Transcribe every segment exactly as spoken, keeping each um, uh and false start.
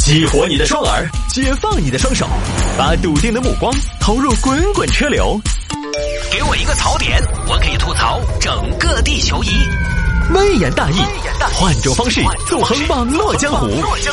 激活你的双耳，解放你的双手，把笃定的目光投入滚滚车流。给我一个槽点，我可以吐槽整个地球仪。微言大义，换种方式纵横网络江湖。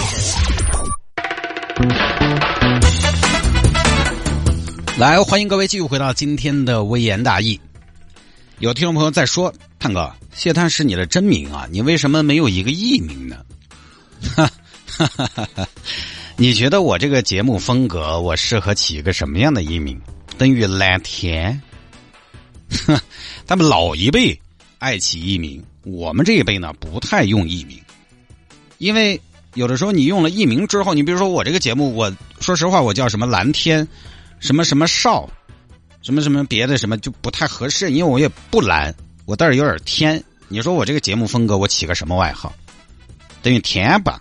来，欢迎各位继续回到今天的微言大义。有听众朋友在说，探哥，谢探是你的真名啊，你为什么没有一个艺名呢？哈哈哈哈哈！你觉得我这个节目风格，我适合起一个什么样的艺名？等于蓝天。他们老一辈爱起艺名，我们这一辈呢不太用艺名，因为有的时候你用了艺名之后，你比如说我这个节目，我说实话，我叫什么蓝天，什么什么少，什么什么别的什么就不太合适，因为我也不蓝，我倒是有点天。你说我这个节目风格，我起个什么外号？等于天吧，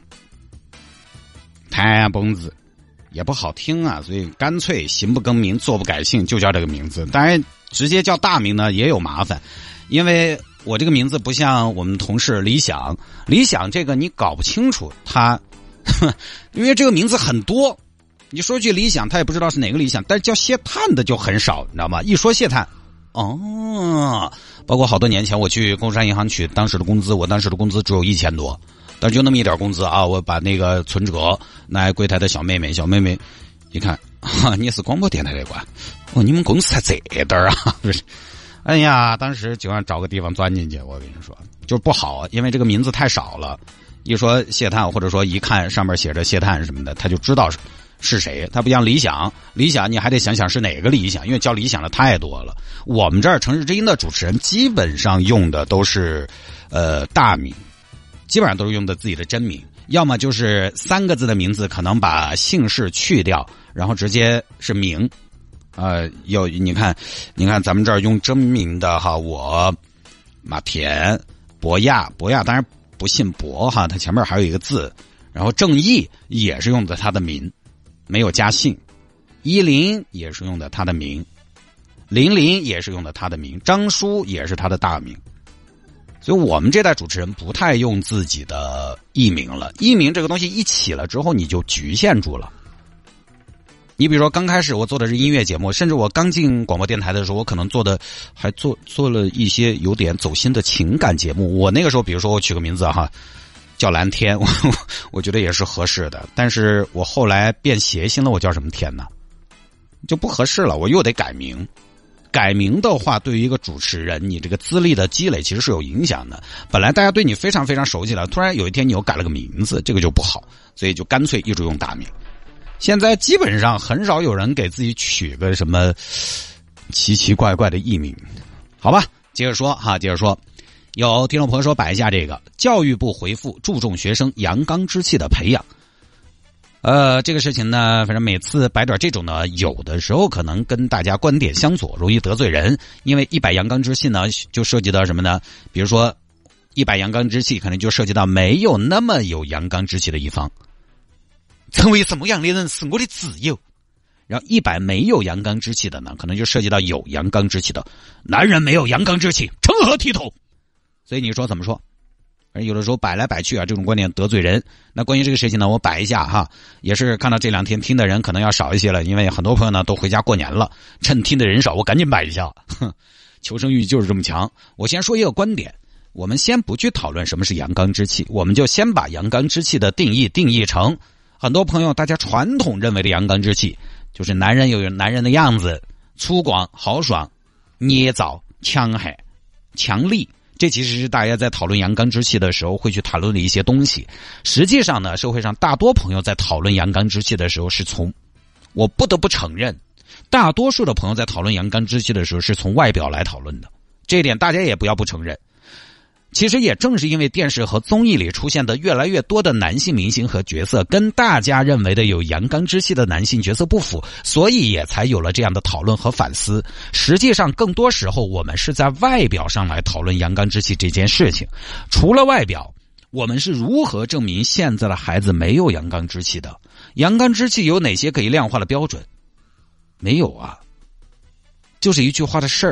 天蹦子也不好听啊，所以干脆行不更名，坐不改姓，就叫这个名字。当然直接叫大名呢也有麻烦，因为我这个名字不像我们同事李想，李想这个你搞不清楚他，因为这个名字很多，你说句李想他也不知道是哪个李想，但是叫谢探的就很少，你知道吗？一说谢探，哦，包括好多年前我去工商银行取当时的工资，我当时的工资只有一千多，但是就那么一点工资啊，我把那个存折拿柜台的小妹妹，小妹妹一看，啊，你是广播电台的管，哦，你们公司才这点啊，不是？哎呀，当时就想找个地方钻进去，我跟你说，就是不好，因为这个名字太少了。一说谢探，或者说一看上面写着谢探什么的，他就知道是是谁。他不像理想，理想你还得想想是哪个理想，因为叫理想的太多了。我们这儿城市之音的主持人基本上用的都是呃大名，基本上都是用的自己的真名，要么就是三个字的名字，可能把姓氏去掉，然后直接是名。呃，有你看，你看咱们这儿用真名的哈，我马田、博亚，博亚当然不姓博哈，他前面还有一个字，然后正义也是用的他的名，没有加姓，依林也是用的他的名，林林也是用的他的名，张叔也是他的大名。所以我们这代主持人不太用自己的艺名了，艺名这个东西一起了之后你就局限住了。你比如说刚开始我做的是音乐节目，甚至我刚进广播电台的时候，我可能做的还做做了一些有点走心的情感节目。我那个时候比如说我取个名字哈，叫蓝天，我我觉得也是合适的，但是我后来变邪心了，我叫什么天呢？就不合适了，我又得改名。改名的话对于一个主持人你这个资历的积累其实是有影响的，本来大家对你非常非常熟悉了，突然有一天你又改了个名字，这个就不好，所以就干脆一直用大名。现在基本上很少有人给自己取个什么奇奇怪怪的艺名，好吧，接着说哈，接着说，有听众朋友说摆一下这个教育部回复注重学生阳刚之气的培养。呃，这个事情呢，反正每次摆点这种呢，有的时候可能跟大家观点相左，容易得罪人。因为一摆阳刚之气呢，就涉及到什么呢？比如说一摆阳刚之气，可能就涉及到没有那么有阳刚之气的一方。成为什么样的人是我的自由。然后一百没有阳刚之气的呢，可能就涉及到有阳刚之气的。男人没有阳刚之气，成何体统？所以你说怎么说？而有的时候摆来摆去啊，这种观点得罪人。那关于这个事情呢，我摆一下哈，也是看到这两天听的人可能要少一些了，因为很多朋友呢都回家过年了，趁听的人少，我赶紧摆一下。哼，求生欲就是这么强。我先说一个观点，我们先不去讨论什么是阳刚之气，我们就先把阳刚之气的定义定义成很多朋友大家传统认为的阳刚之气，就是男人有男人的样子，粗犷豪爽，捏造强悍强力，这其实是大家在讨论阳刚之气的时候会去谈论的一些东西。实际上呢，社会上大多朋友在讨论阳刚之气的时候是从，我不得不承认，大多数的朋友在讨论阳刚之气的时候是从外表来讨论的，这一点大家也不要不承认。其实也正是因为电视和综艺里出现的越来越多的男性明星和角色跟大家认为的有阳刚之气的男性角色不符，所以也才有了这样的讨论和反思。实际上更多时候我们是在外表上来讨论阳刚之气这件事情。除了外表，我们是如何证明现在的孩子没有阳刚之气的？阳刚之气有哪些可以量化的标准？没有啊，就是一句话的事儿。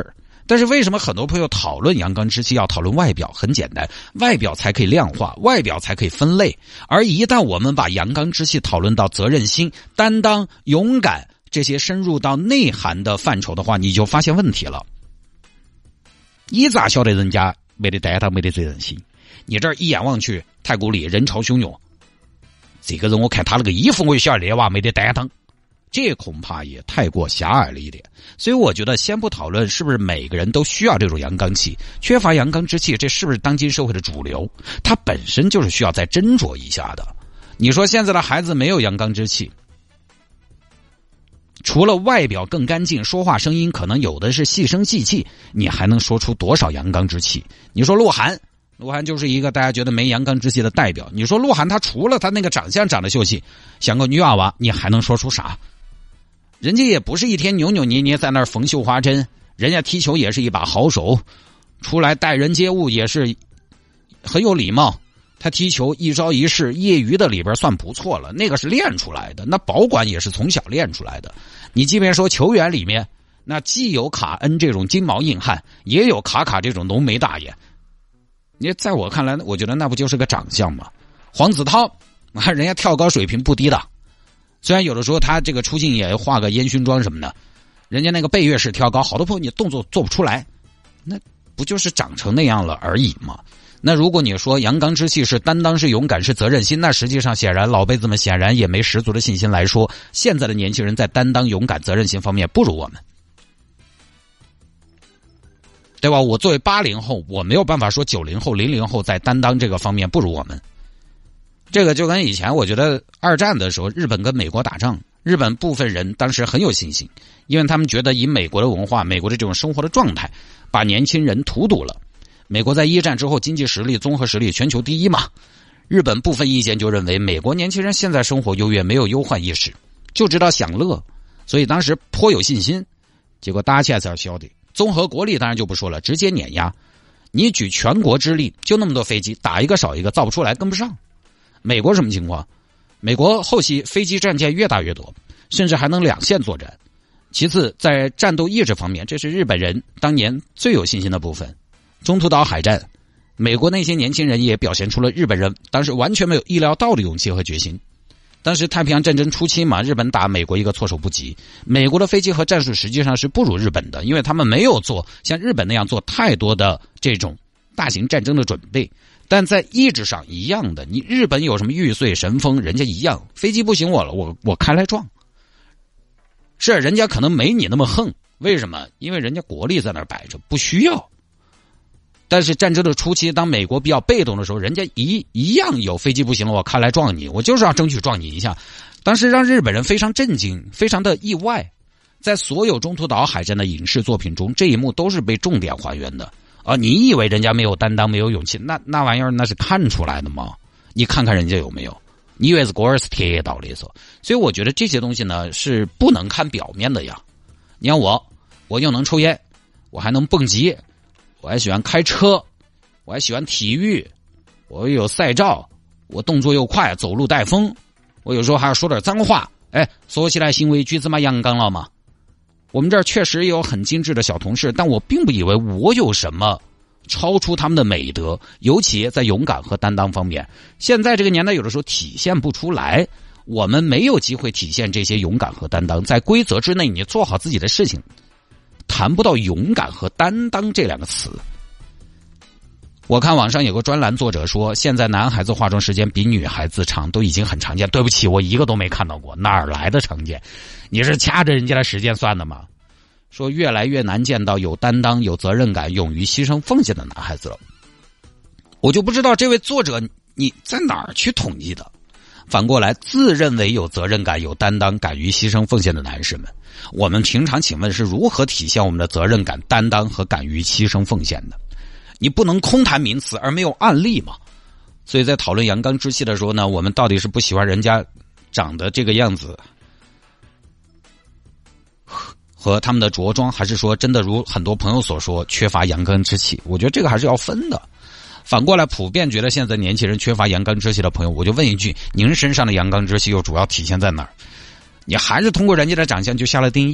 但是为什么很多朋友讨论阳刚之气要讨论外表？很简单，外表才可以量化，外表才可以分类。而一旦我们把阳刚之气讨论到责任心、担当、勇敢这些深入到内涵的范畴的话，你就发现问题了。你咋晓得人家没得担当、没得责任心？你这儿一眼望去，太古里人潮汹涌，这个人我看他那个衣服我就晓得哇，没得担当。这恐怕也太过狭隘了一点，所以我觉得先不讨论是不是每个人都需要这种阳刚气，缺乏阳刚之气，这是不是当今社会的主流？它本身就是需要再斟酌一下的。你说现在的孩子没有阳刚之气，除了外表更干净，说话声音可能有的是细声细气，你还能说出多少阳刚之气？你说鹿晗，鹿晗就是一个大家觉得没阳刚之气的代表。你说鹿晗他除了他那个长相长得秀气，像个女娃娃，你还能说出啥？人家也不是一天扭扭捏捏在那儿缝绣花针，人家踢球也是一把好手，出来待人接物也是很有礼貌。他踢球一招一式，业余的里边算不错了，那个是练出来的。那保管也是从小练出来的。你即便说球员里面，那既有卡恩这种金毛硬汉，也有卡卡这种浓眉大眼。你在我看来，我觉得那不就是个长相吗？黄子韬，人家跳高水平不低的。虽然有的时候他这个出镜也画个烟熏妆什么的，人家那个背越式跳高，好多朋友你动作做不出来，那不就是长成那样了而已吗？那如果你说阳刚之气是担当、是勇敢、是责任心，那实际上显然老辈子们显然也没十足的信心来说，现在的年轻人在担当、勇敢、责任心方面不如我们，对吧？我作为八零后，我没有办法说九零后、零零后在担当这个方面不如我们。这个就跟以前我觉得二战的时候，日本跟美国打仗，日本部分人当时很有信心，因为他们觉得以美国的文化、美国的这种生活的状态，把年轻人荼毒了。美国在一战之后经济实力、综合实力全球第一嘛，日本部分意见就认为美国年轻人现在生活优越，没有忧患意识，就知道享乐，所以当时颇有信心。结果打起来才晓得，综合国力当然就不说了，直接碾压。你举全国之力，就那么多飞机，打一个少一个，造不出来，跟不上。美国什么情况？美国后期飞机战舰越打越多，甚至还能两线作战。其次，在战斗意志方面，这是日本人当年最有信心的部分。中途岛海战，美国那些年轻人也表现出了日本人当时完全没有意料到的勇气和决心。当时太平洋战争初期嘛，日本打美国一个措手不及，美国的飞机和战术实际上是不如日本的，因为他们没有做像日本那样做太多的这种大型战争的准备。但在意志上一样的，你日本有什么玉碎神风，人家一样，飞机不行我了，我我开来撞。是人家可能没你那么横，为什么？因为人家国力在那儿摆着，不需要。但是战争的初期，当美国比较被动的时候，人家一一样有飞机不行了，我开来撞你，我就是要争取撞你一下。当时让日本人非常震惊，非常的意外。在所有中途岛海战的影视作品中，这一幕都是被重点还原的。啊，你以为人家没有担当、没有勇气？那那玩意儿那是看出来的吗？你看看人家有没有？你以为是锅儿是铁道里头？所以我觉得这些东西呢是不能看表面的呀。你看我，我又能抽烟，我还能蹦极，我还喜欢开车，我还喜欢体育，我有赛照，我动作又快，走路带风，我有时候还要说点脏话。哎，说起来行为举止嘛阳刚了嘛。我们这儿确实有很精致的小同事，但我并不以为我有什么超出他们的美德，尤其在勇敢和担当方面。现在这个年代有的时候体现不出来，我们没有机会体现这些勇敢和担当。在规则之内，你做好自己的事情，谈不到勇敢和担当这两个词。我看网上有个专栏作者说，现在男孩子化妆时间比女孩子长，都已经很常见。对不起，我一个都没看到过，哪儿来的常见？你是掐着人家的时间算的吗？说越来越难见到有担当、有责任感、勇于牺牲奉献的男孩子了。我就不知道这位作者你在哪儿去统计的。反过来，自认为有责任感、有担当、敢于牺牲奉献的男士们，我们平常请问是如何体现我们的责任感、担当和敢于牺牲奉献的？你不能空谈名词而没有案例嘛。所以在讨论阳刚之气的时候呢，我们到底是不喜欢人家长得这个样子和他们的着装，还是说真的如很多朋友所说缺乏阳刚之气？我觉得这个还是要分的。反过来，普遍觉得现在年轻人缺乏阳刚之气的朋友，我就问一句，您身上的阳刚之气又主要体现在哪儿？你还是通过人家的长相就下了定义？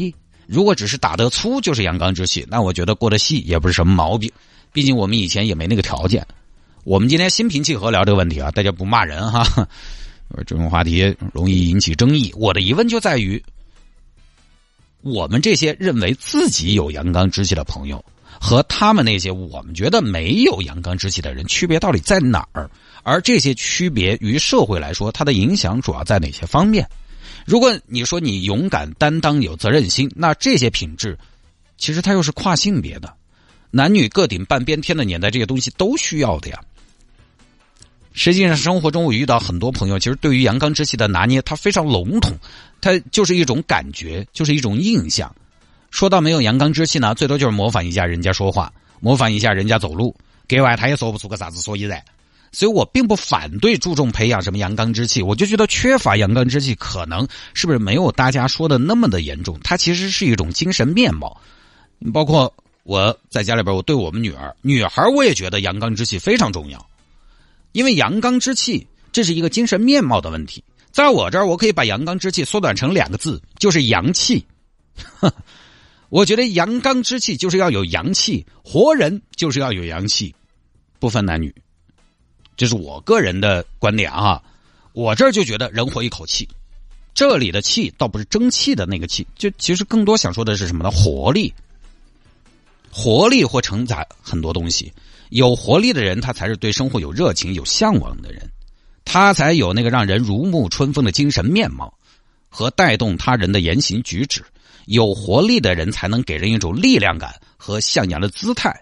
如果只是打得粗就是阳刚之气，那我觉得过得细也不是什么毛病，毕竟我们以前也没那个条件。我们今天心平气和聊这个问题啊，大家不骂人哈。这种话题容易引起争议，我的疑问就在于，我们这些认为自己有阳刚之气的朋友和他们那些我们觉得没有阳刚之气的人，区别到底在哪儿？而这些区别于社会来说，它的影响主要在哪些方面？如果你说你勇敢、担当、有责任心，那这些品质其实它又是跨性别的，男女各顶半边天的年代，这些东西都需要的呀。实际上生活中我遇到很多朋友，其实对于阳刚之气的拿捏它非常笼统，它就是一种感觉，就是一种印象。说到没有阳刚之气呢，最多就是模仿一下人家说话，模仿一下人家走路，格外他也说不出个啥子所以然。所以我并不反对注重培养什么阳刚之气，我就觉得缺乏阳刚之气可能是不是没有大家说的那么的严重，它其实是一种精神面貌。包括我在家里边，我对我们女儿女孩我也觉得阳刚之气非常重要，因为阳刚之气这是一个精神面貌的问题。在我这儿我可以把阳刚之气缩短成两个字，就是阳气。我觉得阳刚之气就是要有阳气，活人就是要有阳气，不分男女。这是我个人的观点啊，我这儿就觉得人活一口气，这里的气倒不是争气的那个气，就其实更多想说的是什么呢？活力，活力会承载很多东西。有活力的人，他才是对生活有热情、有向往的人，他才有那个让人如沐春风的精神面貌和带动他人的言行举止。有活力的人才能给人一种力量感和向阳的姿态。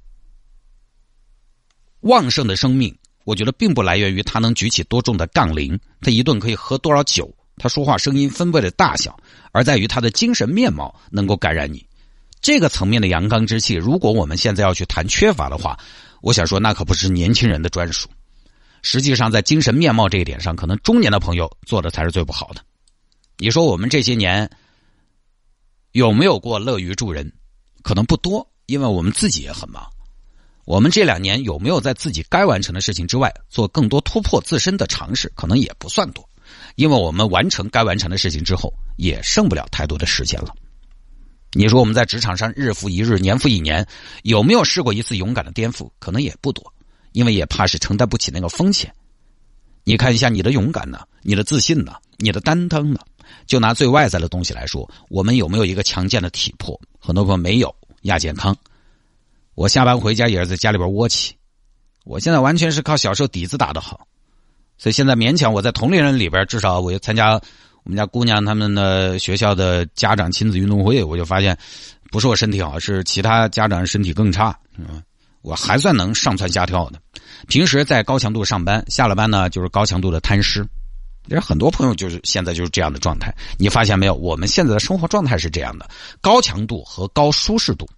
旺盛的生命，我觉得并不来源于他能举起多重的杠铃，他一顿可以喝多少酒，他说话声音分贝的大小，而在于他的精神面貌能够感染你。这个层面的阳刚之气，如果我们现在要去谈缺乏的话，我想说那可不是年轻人的专属。实际上在精神面貌这一点上，可能中年的朋友做的才是最不好的。你说我们这些年有没有过乐于助人？可能不多，因为我们自己也很忙。我们这两年有没有在自己该完成的事情之外做更多突破自身的尝试？可能也不算多，因为我们完成该完成的事情之后也剩不了太多的时间了。你说我们在职场上日复一日、年复一年，有没有试过一次勇敢的颠覆？可能也不多，因为也怕是承担不起那个风险。你看一下你的勇敢呢，你的自信呢，你的担当呢？就拿最外在的东西来说，我们有没有一个强健的体魄？很多朋友没有，亚健康。我下班回家也是在家里边窝起，我现在完全是靠小时候底子打得好，所以现在勉强我在同龄人里边，至少我也参加我们家姑娘他们的学校的家长亲子运动会，我就发现不是我身体好，是其他家长身体更差。嗯，我还算能上蹿下跳的。平时在高强度上班，下了班呢就是高强度的贪吃。也很多朋友就是现在就是这样的状态，你发现没有？我们现在的生活状态是这样的：高强度和高舒适度。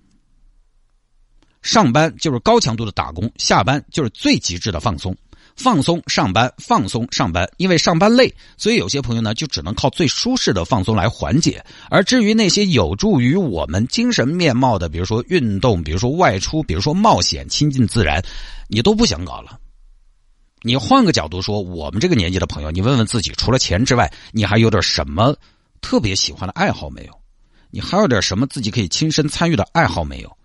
上班就是高强度的打工，下班就是最极致的放松。放松上班，放松上班，因为上班累，所以有些朋友呢就只能靠最舒适的放松来缓解。而至于那些有助于我们精神面貌的，比如说运动，比如说外出，比如说冒险，亲近自然，你都不想搞了。你换个角度说，我们这个年纪的朋友，你问问自己，除了钱之外，你还有点什么特别喜欢的爱好没有？你还有点什么自己可以亲身参与的爱好没有？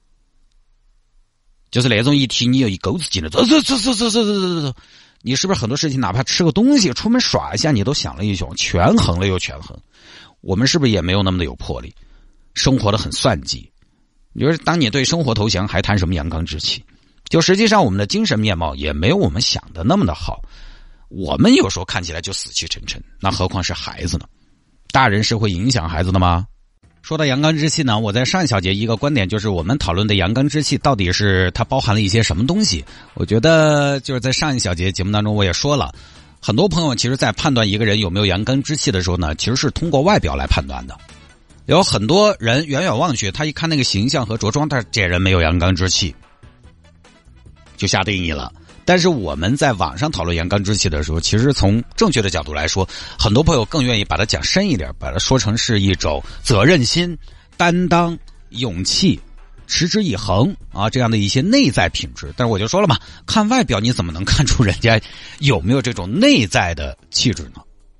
就是那种一提你有一钩子劲的，走走走走走走走走，你是不是很多事情哪怕吃个东西出门耍一下你都想了一宿，权衡了又权衡。我们是不是也没有那么的有魄力，生活的很算计？你说当你对生活投降，还谈什么阳刚之气？就实际上我们的精神面貌也没有我们想的那么的好，我们有时候看起来就死气沉沉，那何况是孩子呢？大人是会影响孩子的吗？说到阳刚之气呢，我在上一小节一个观点就是我们讨论的阳刚之气到底是它包含了一些什么东西。我觉得就是在上一小节节目当中我也说了，很多朋友其实在判断一个人有没有阳刚之气的时候呢，其实是通过外表来判断的。有很多人远远望去，他一看那个形象和着装，他这人没有阳刚之气，就下定义了。但是我们在网上讨论阳刚之气的时候，其实从正确的角度来说，很多朋友更愿意把它讲深一点，把它说成是一种责任心、担当、勇气、持之以恒啊这样的一些内在品质。但是我就说了嘛，看外表你怎么能看出人家有没有这种内在的气质呢？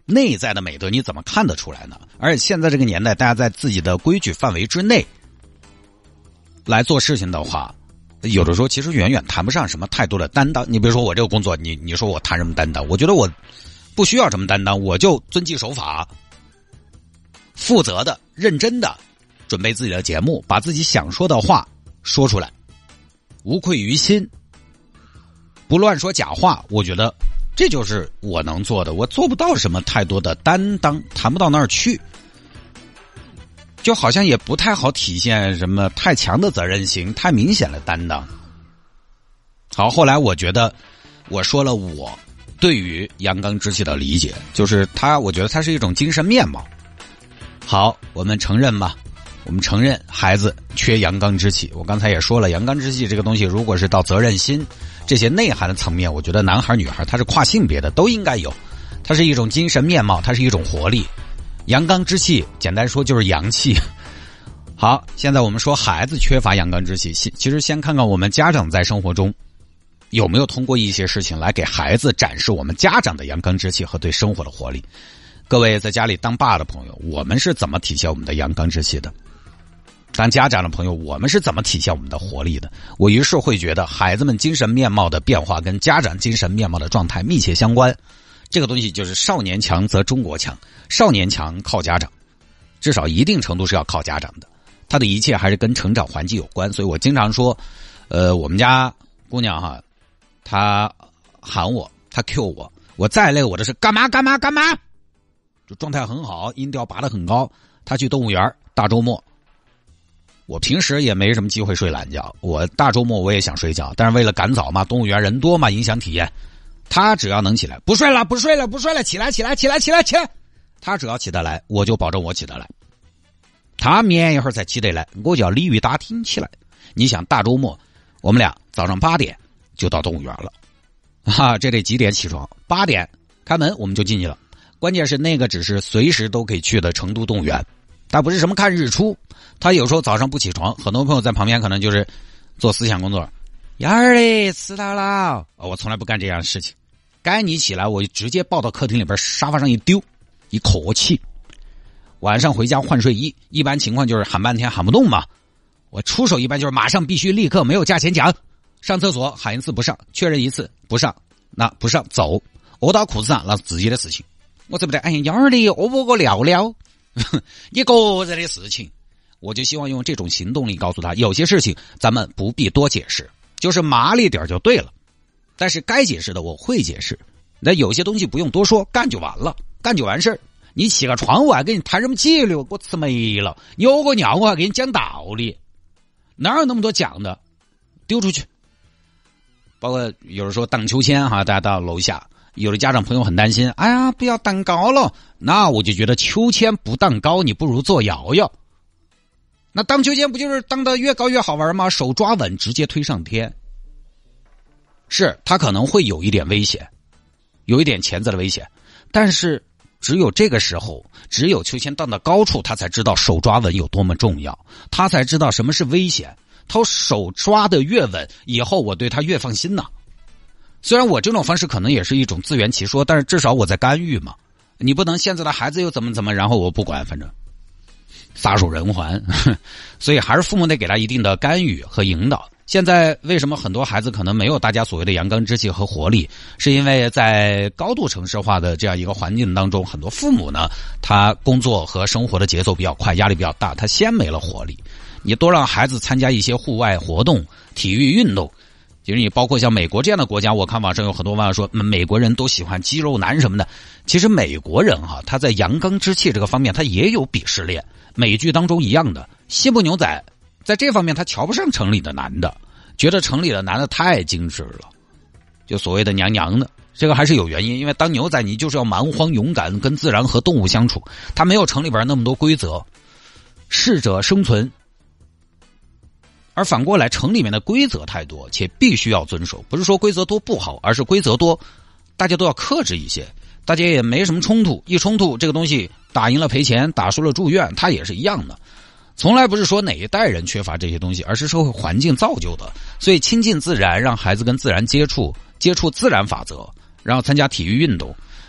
内在的美德你怎么看得出来呢？而且现在这个年代，大家在自己的规矩范围之内来做事情的话，有的时候其实远远谈不上什么太多的担当。你比如说我这个工作，你你说我谈什么担当？我觉得我不需要什么担当，我就遵纪守法，负责的、认真的准备自己的节目，把自己想说的话说出来，无愧于心，不乱说假话。我觉得这就是我能做的，我做不到什么太多的担当，谈不到那儿去，就好像也不太好体现什么太强的责任心，太明显的担当。好，后来我觉得我说了我对于阳刚之气的理解，就是它，我觉得它是一种精神面貌。好，我们承认吧，我们承认孩子缺阳刚之气。我刚才也说了，阳刚之气这个东西，如果是到责任心这些内涵的层面，我觉得男孩女孩它是跨性别的都应该有，它是一种精神面貌，它是一种活力。阳刚之气简单说就是阳气。好，现在我们说孩子缺乏阳刚之气，其实先看看我们家长在生活中有没有通过一些事情来给孩子展示我们家长的阳刚之气和对生活的活力。各位在家里当爸的朋友，我们是怎么体现我们的阳刚之气的？当家长的朋友，我们是怎么体现我们的活力的？我于是会觉得孩子们精神面貌的变化跟家长精神面貌的状态密切相关。这个东西就是少年强则中国强，少年强靠家长，至少一定程度是要靠家长的，他的一切还是跟成长环境有关。所以我经常说呃，我们家姑娘哈，她喊我，她 Q 我，我再累我的是干嘛干嘛干嘛，就状态很好，音调拔得很高。她去动物园大周末，我平时也没什么机会睡懒觉，我大周末我也想睡觉，但是为了赶早嘛，动物园人多嘛，影响体验。他只要能起来，不睡了不睡了不睡了，起来起来起来起来起来，他只要起得来，我就保证我起得来。他眠一会儿才起得来，我就要鲤鱼打挺起来。你想大周末我们俩早上八点就到动物园了啊，这得几点起床？八点开门我们就进去了。关键是那个只是随时都可以去的成都动物园，他不是什么看日出。他有时候早上不起床，很多朋友在旁边可能就是做思想工作，幺儿嘞迟到了、哦、我从来不干这样的事情。该你起来我直接抱到客厅里边沙发上一丢，一口气。晚上回家换睡衣，一般情况就是喊半天喊不动嘛，我出手一般就是马上必须立刻没有价钱讲。上厕所喊一次不上，确认一次不上，那不上走，屙到裤子上那是自己的事情。我这不得哎呀幺儿嘞屙不过尿尿一个人的事情。我就希望用这种行动力告诉他，有些事情咱们不必多解释，就是麻利点就对了。但是该解释的我会解释，那有些东西不用多说，干就完了，干就完事儿。你起个床我还跟你谈什么纪律，我吃没了。你屙个尿我还给你讲道理，哪有那么多讲的？丢出去。包括有人说荡秋千哈，大家到楼下，有的家长朋友很担心，哎呀不要荡高了。那我就觉得秋千不荡高，你不如做摇摇。那荡秋千不就是荡得越高越好玩吗？手抓稳直接推上天。是它可能会有一点危险，有一点潜在的危险，但是只有这个时候，只有秋千荡到高处，他才知道手抓稳有多么重要，他才知道什么是危险。他手抓得越稳，以后我对他越放心呐。虽然我这种方式可能也是一种自圆其说，但是至少我在干预嘛。你不能现在的孩子又怎么怎么，然后我不管，反正撒手人寰。所以还是父母得给他一定的干预和引导。现在为什么很多孩子可能没有大家所谓的阳刚之气和活力，是因为在高度城市化的这样一个环境当中，很多父母呢，他工作和生活的节奏比较快，压力比较大，他先没了活力。你多让孩子参加一些户外活动、体育运动，其实你包括像美国这样的国家，我看网上有很多网友说美国人都喜欢肌肉男什么的。其实美国人哈，他在阳刚之气这个方面他也有鄙视链，美剧当中一样的。西部牛仔在这方面他瞧不上城里的男的，觉得城里的男的太精致了，就所谓的娘娘的。这个还是有原因，因为当牛仔你就是要蛮荒勇敢，跟自然和动物相处，他没有城里边那么多规则，适者生存。而反过来城里面的规则太多，且必须要遵守，不是说规则多不好，而是规则多大家都要克制一些，大家也没什么冲突，一冲突这个东西打赢了赔钱，打输了住院，它也是一样的。从来不是说哪一代人缺乏这些东西，而是社会环境造就的。所以亲近自然，让孩子跟自然接触，接触自然法则，然后参加体育运动，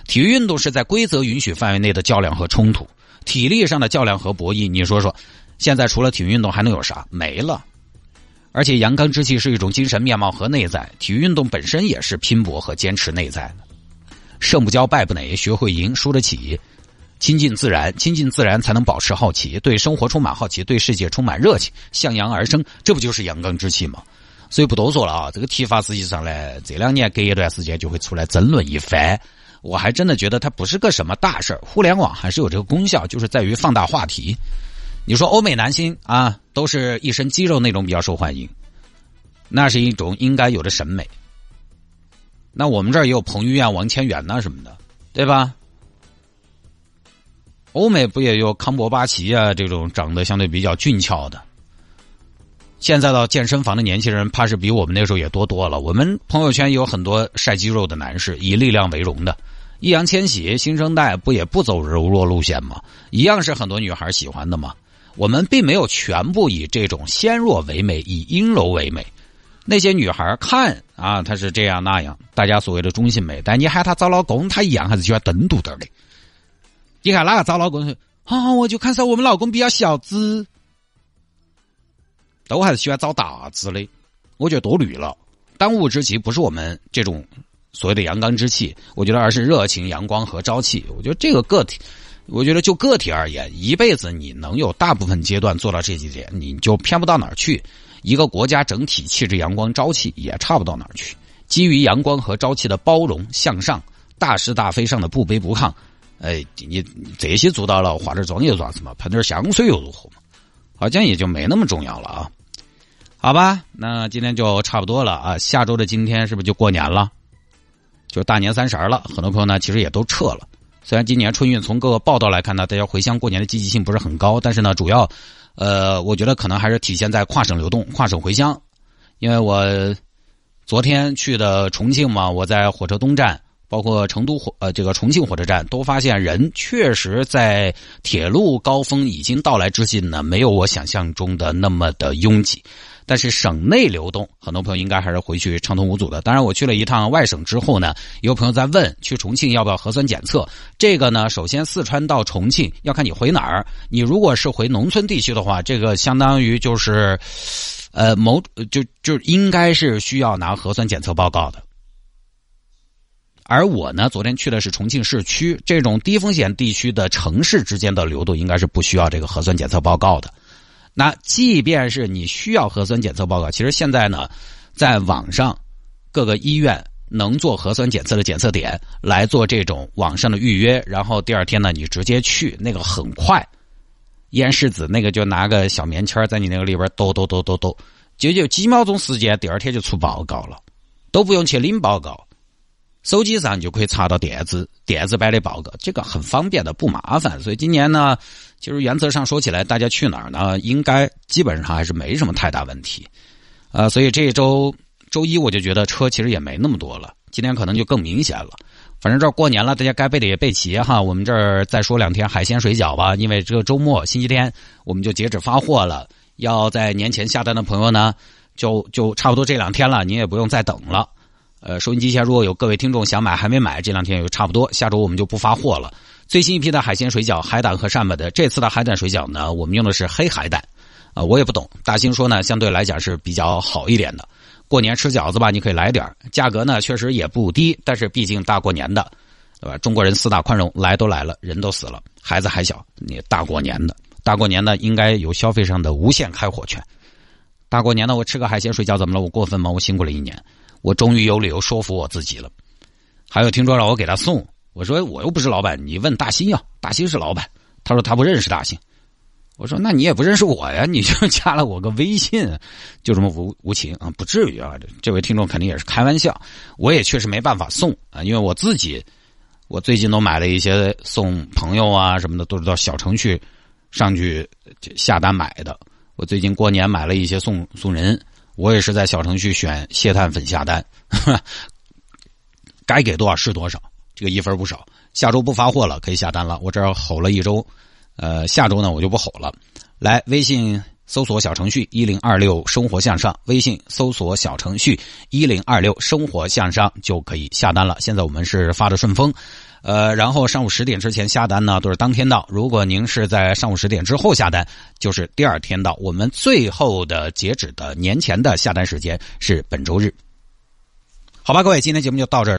体育运动是在规则允许范围内的较量和冲突，体力上的较量和博弈，你说说，现在除了体育运动还能有啥？没了。而且阳刚之气是一种精神面貌和内在，体育运动本身也是拼搏和坚持内在的。胜不骄败不馁，学会赢，输得起，亲近自然，亲近自然才能保持好奇，对生活充满好奇，对世界充满热情，向阳而生，这不就是阳刚之气吗？所以不多说了啊，这个体罚实际上呢，这两年隔一段时间就会出来争论一番。我还真的觉得它不是个什么大事儿，互联网还是有这个功效，就是在于放大话题。你说欧美男星啊，都是一身肌肉那种比较受欢迎，那是一种应该有的审美。那我们这儿也有彭于晏、王千源呐什么的，对吧？欧美不也有康伯巴奇啊这种长得相对比较俊俏的？现在到健身房的年轻人，怕是比我们那时候也多多了。我们朋友圈也有很多晒肌肉的男士，以力量为荣的。易烊千玺新生代不也不走柔弱路线吗？一样是很多女孩喜欢的吗？我们并没有全部以这种纤弱为美，以阴柔为美。那些女孩看啊，她是这样那样，大家所谓的中性美，但你喊她找老公，她一样还是喜欢登独点的。你看哪个找老公啊？我就看上我们老公比较小资，都还是喜欢找大资的。我觉得多虑了。当务之急不是我们这种所谓的阳刚之气，我觉得而是热情、阳光和朝气。我觉得这个个体。我觉得就个体而言，一辈子你能有大部分阶段做到这几点，你就偏不到哪儿去。一个国家整体气质阳光朝气也差不到哪儿去。基于阳光和朝气的包容向上，大是大非上的不卑不亢，哎，你这些做到了，化点妆又算什么？喷点香水又如何嘛？好像也就没那么重要了啊。好吧，那今天就差不多了啊。下周的今天是不是就过年了？就大年三十了，很多朋友呢其实也都撤了。虽然今年春运从各个报道来看呢，大家回乡过年的积极性不是很高，但是呢，主要，呃，我觉得可能还是体现在跨省流动、跨省回乡。因为我昨天去的重庆嘛，我在火车东站，包括成都火呃这个重庆火车站，都发现人确实在铁路高峰已经到来之际呢，没有我想象中的那么的拥挤。但是省内流动，很多朋友应该还是回去畅通无阻的。当然我去了一趟外省之后呢，有朋友在问去重庆要不要核酸检测。这个呢，首先四川到重庆要看你回哪儿。你如果是回农村地区的话，这个相当于就是呃某就就应该是需要拿核酸检测报告的。而我呢，昨天去的是重庆市区，这种低风险地区的城市之间的流动应该是不需要这个核酸检测报告的。那即便是你需要核酸检测报告，其实现在呢，在网上各个医院能做核酸检测的检测点来做这种网上的预约，然后第二天呢你直接去，那个很快。咽拭子那个就拿个小棉签在你那个里边抖抖抖抖抖，就就几秒钟时间，第二天就出报告了，都不用去领报告。手机上就可以查到电子电子版的报告，这个很方便的，不麻烦。所以今年呢，其实原则上说起来，大家去哪儿呢，应该基本上还是没什么太大问题。呃，所以这一周周一我就觉得车其实也没那么多了，今天可能就更明显了。反正这儿过年了，大家该备的也备齐哈。我们这儿再说两天海鲜水饺吧，因为这个周末星期天我们就截止发货了。要在年前下单的朋友呢，就就差不多这两天了，你也不用再等了。呃，收音机前如果有各位听众想买还没买，这两天也就差不多，下周我们就不发货了。最新一批的海鲜水饺，海胆和扇贝的，这次的海胆水饺呢，我们用的是黑海胆，啊、呃，我也不懂。大兴说呢，相对来讲是比较好一点的。过年吃饺子吧，你可以来点，价格呢确实也不低，但是毕竟大过年的，对吧？中国人四大宽容，来都来了，人都死了，孩子还小，你大过年的，大过年的应该有消费上的无限开火权。大过年的我吃个海鲜水饺怎么了？我过分吗？我辛苦了一年。我终于有理由说服我自己了。还有听说让我给他送，我说我又不是老板，你问大兴呀，大兴是老板。他说他不认识大兴。我说那你也不认识我呀，你就加了我个微信，就这么无无情啊？不至于啊，这位听众肯定也是开玩笑。我也确实没办法送啊，因为我自己，我最近都买了一些送朋友啊什么的，都是到小程序上去下单买的。我最近过年买了一些送送人。我也是在小程序选蟹碳粉下单，该给多少是多少，这个一分不少。下周不发货了，可以下单了。我这儿吼了一周，呃，下周呢我就不吼了。来，微信搜索小程序一零二六生活向上，微信搜索小程序一零二六生活向上就可以下单了。现在我们是发的顺丰，呃，然后上午十点之前下单呢都是当天到，如果您是在上午十点之后下单，就是第二天到。我们最后的截止的年前的下单时间是本周日。好吧，各位，今天节目就到这儿。